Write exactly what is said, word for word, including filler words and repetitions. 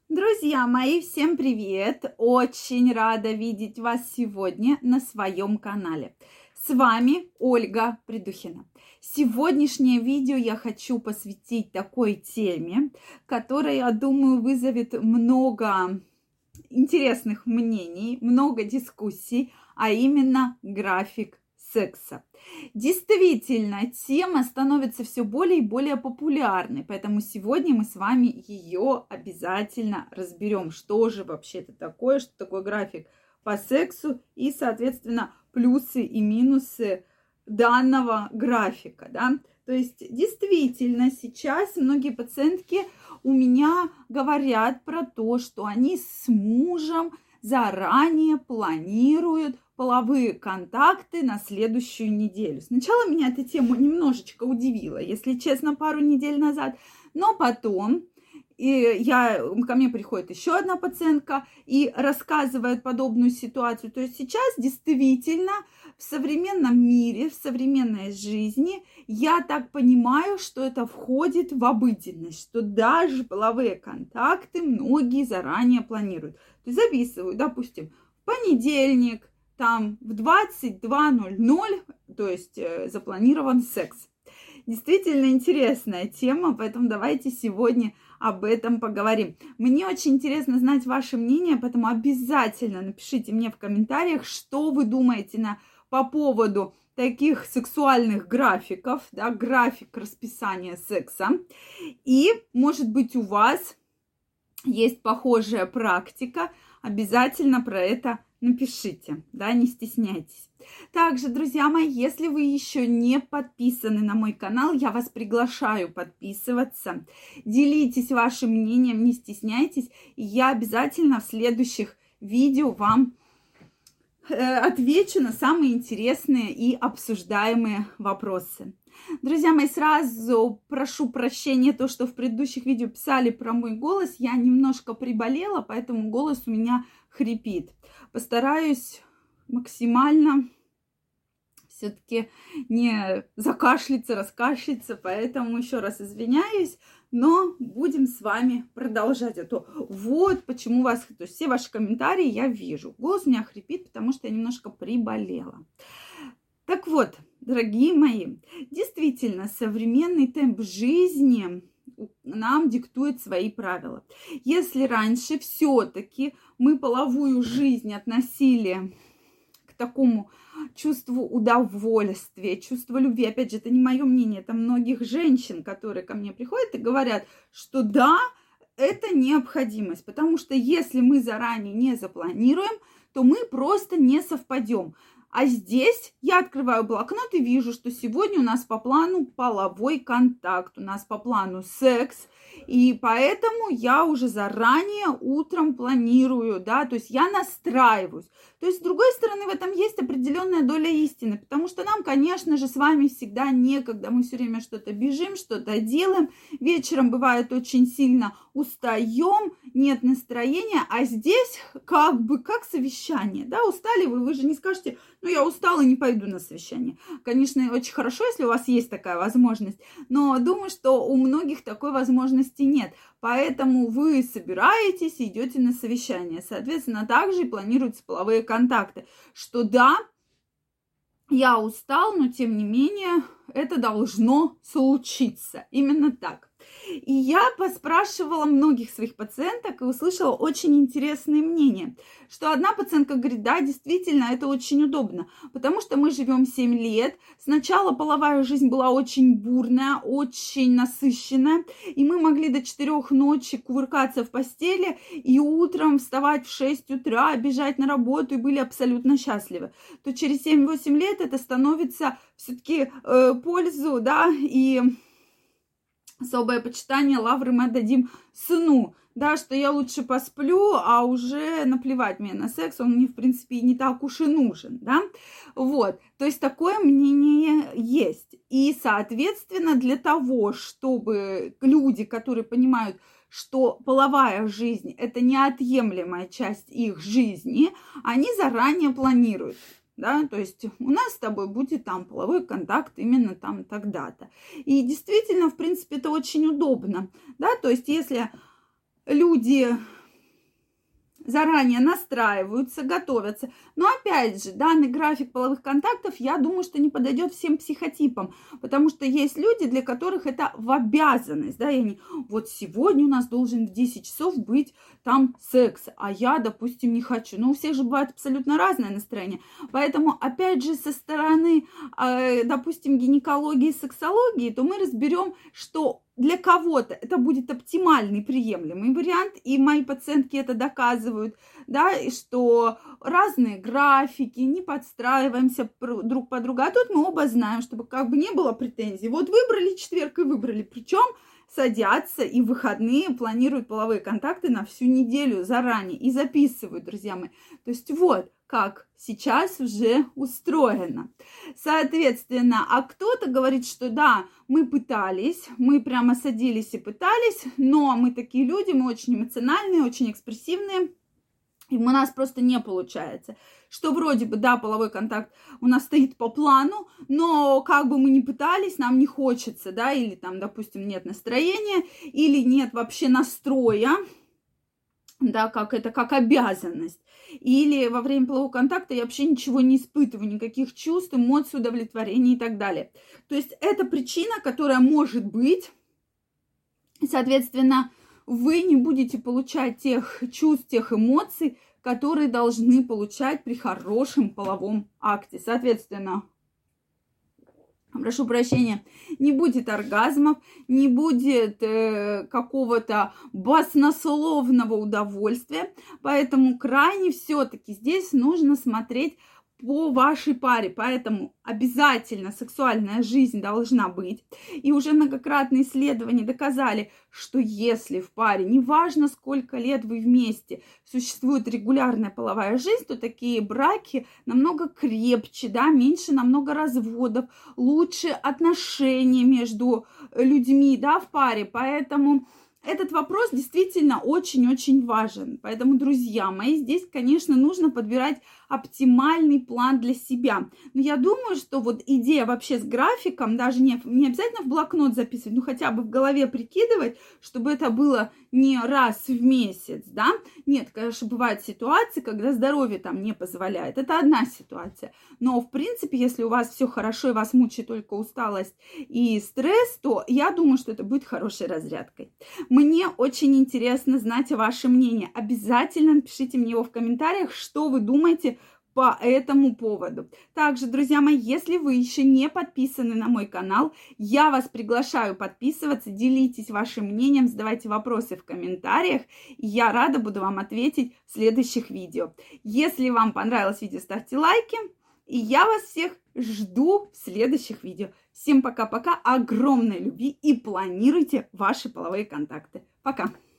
Друзья мои, всем привет! Очень рада видеть вас сегодня на своем канале. С вами Ольга Придухина. Сегодняшнее видео я хочу посвятить такой теме, которая, я думаю, вызовет много интересных мнений, много дискуссий, а именно график секса. Действительно, тема становится все более и более популярной, поэтому сегодня мы с вами ее обязательно разберем, что же вообще это такое, что такое график по сексу и, соответственно, плюсы и минусы данного графика, да. То есть, действительно, сейчас многие пациентки у меня говорят про то, что они с мужем заранее планируют половые контакты на следующую неделю. Сначала меня эта тема немножечко удивила, если честно, пару недель назад, но потом и я, ко мне приходит еще одна пациентка и рассказывает подобную ситуацию. То есть сейчас действительно в современном мире, в современной жизни, я так понимаю, что это входит в обыденность, что даже половые контакты многие заранее планируют. То есть записывают, допустим, в понедельник, там в двадцать два ноль ноль, то есть э, запланирован секс. Действительно интересная тема, поэтому давайте сегодня об этом поговорим. Мне очень интересно знать ваше мнение, поэтому обязательно напишите мне в комментариях, что вы думаете на, по поводу таких сексуальных графиков, да, график расписания секса. И, может быть, у вас есть похожая практика, обязательно про это напишите, да, не стесняйтесь. Также, друзья мои, если вы еще не подписаны на мой канал, я вас приглашаю подписываться. Делитесь вашим мнением, не стесняйтесь. И я обязательно в следующих видео вам э, отвечу на самые интересные и обсуждаемые вопросы. Друзья мои, сразу прошу прощения, то, что в предыдущих видео писали про мой голос, я немножко приболела, поэтому голос у меня хрипит. Постараюсь максимально все-таки не закашляться, раскашляться, поэтому еще раз извиняюсь, но будем с вами продолжать. А то вот почему вас, то есть все ваши комментарии я вижу. Голос у меня хрипит, потому что я немножко приболела. Так вот, дорогие мои, действительно, современный темп жизни нам диктует свои правила. Если раньше все-таки мы половую жизнь относили к такому чувству удовольствия, чувству любви, опять же, это не мое мнение, это многих женщин, которые ко мне приходят и говорят, что да, это необходимость, потому что если мы заранее не запланируем, то мы просто не совпадем. А здесь я открываю блокнот и вижу, что сегодня у нас по плану половой контакт, у нас по плану секс, и поэтому я уже заранее утром планирую, да, то есть я настраиваюсь. То есть, с другой стороны, в этом есть определенная доля истины, потому что нам, конечно же, с вами всегда некогда, мы все время что-то бежим, что-то делаем, вечером бывает очень сильно устаем, нет настроения, а здесь как бы как совещание, да, устали вы, вы же не скажете, ну, я устала, не пойду на совещание. Конечно, очень хорошо, если у вас есть такая возможность, но думаю, что у многих такой возможности нет. Поэтому вы собираетесь и идете на совещание. Соответственно, также и планируются половые контакты. Что да, я устал, но тем не менее это должно случиться. Именно так. И я поспрашивала многих своих пациенток и услышала очень интересные мнения, что одна пациентка говорит, да, действительно, это очень удобно, потому что мы живем семь лет, сначала половая жизнь была очень бурная, очень насыщенная, и мы могли до четырех ночи кувыркаться в постели и утром вставать в шесть утра, бежать на работу и были абсолютно счастливы. То через семь-восемь лет это становится все-таки э, пользу, да, и особое почитание, лавры мы отдадим сну, да, что я лучше посплю, а уже наплевать мне на секс, он мне, в принципе, не так уж и нужен, да, вот, то есть такое мнение есть, и, соответственно, для того, чтобы люди, которые понимают, что половая жизнь – это неотъемлемая часть их жизни, они заранее планируют. Да, то есть у нас с тобой будет там половой контакт именно там тогда-то. И действительно, в принципе, это очень удобно, да, то есть если люди заранее настраиваются, готовятся. Но опять же, данный график половых контактов, я думаю, что не подойдет всем психотипам, потому что есть люди, для которых это в обязанность, да, и они, вот сегодня у нас должен в десять часов быть там секс, а я, допустим, не хочу. Но у всех же бывает абсолютно разное настроение. Поэтому, опять же, со стороны, допустим, гинекологии и сексологии, то мы разберем, что для кого-то это будет оптимальный, приемлемый вариант, и мои пациентки это доказывают, да, и что разные графики, не подстраиваемся друг под друга, а тут мы оба знаем, чтобы как бы не было претензий. Вот выбрали четверг и выбрали, причем садятся и в выходные планируют половые контакты на всю неделю заранее и записывают, друзья мои. То есть вот как сейчас уже устроено. Соответственно, а кто-то говорит, что да, мы пытались, мы прямо садились и пытались, но мы такие люди, мы очень эмоциональные, очень экспрессивные, и у нас просто не получается. Что вроде бы, да, половой контакт у нас стоит по плану, но как бы мы ни пытались, нам не хочется, да, или там, допустим, нет настроения, или нет вообще настроя, да, как это, как обязанность. Или во время полового контакта я вообще ничего не испытываю, никаких чувств, эмоций, удовлетворения и так далее. То есть это причина, которая может быть, соответственно, вы не будете получать тех чувств, тех эмоций, которые должны получать при хорошем половом акте. Соответственно, прошу прощения, не будет оргазмов, не будет э, какого-то баснословного удовольствия, поэтому крайне все-таки здесь нужно смотреть по вашей паре, поэтому обязательно сексуальная жизнь должна быть. И уже многократные исследования доказали, что если в паре, неважно сколько лет вы вместе, существует регулярная половая жизнь, то такие браки намного крепче, да, меньше намного разводов, лучше отношения между людьми, да, в паре. Поэтому этот вопрос действительно очень-очень важен. Поэтому, друзья мои, здесь, конечно, нужно подбирать оптимальный план для себя. Но я думаю, что вот идея вообще с графиком, даже не, не обязательно в блокнот записывать, ну хотя бы в голове прикидывать, чтобы это было не раз в месяц, да. Нет, конечно, бывают ситуации, когда здоровье там не позволяет. Это одна ситуация. Но, в принципе, если у вас все хорошо и вас мучает только усталость и стресс, то я думаю, что это будет хорошей разрядкой. Мне очень интересно знать ваше мнение. Обязательно напишите мне его в комментариях, что вы думаете по этому поводу. Также, друзья мои, если вы еще не подписаны на мой канал, я вас приглашаю подписываться, делитесь вашим мнением, задавайте вопросы в комментариях, и я рада буду вам ответить в следующих видео. Если вам понравилось видео, ставьте лайки, и я вас всех жду в следующих видео. Всем пока-пока, огромной любви и планируйте ваши половые контакты. Пока!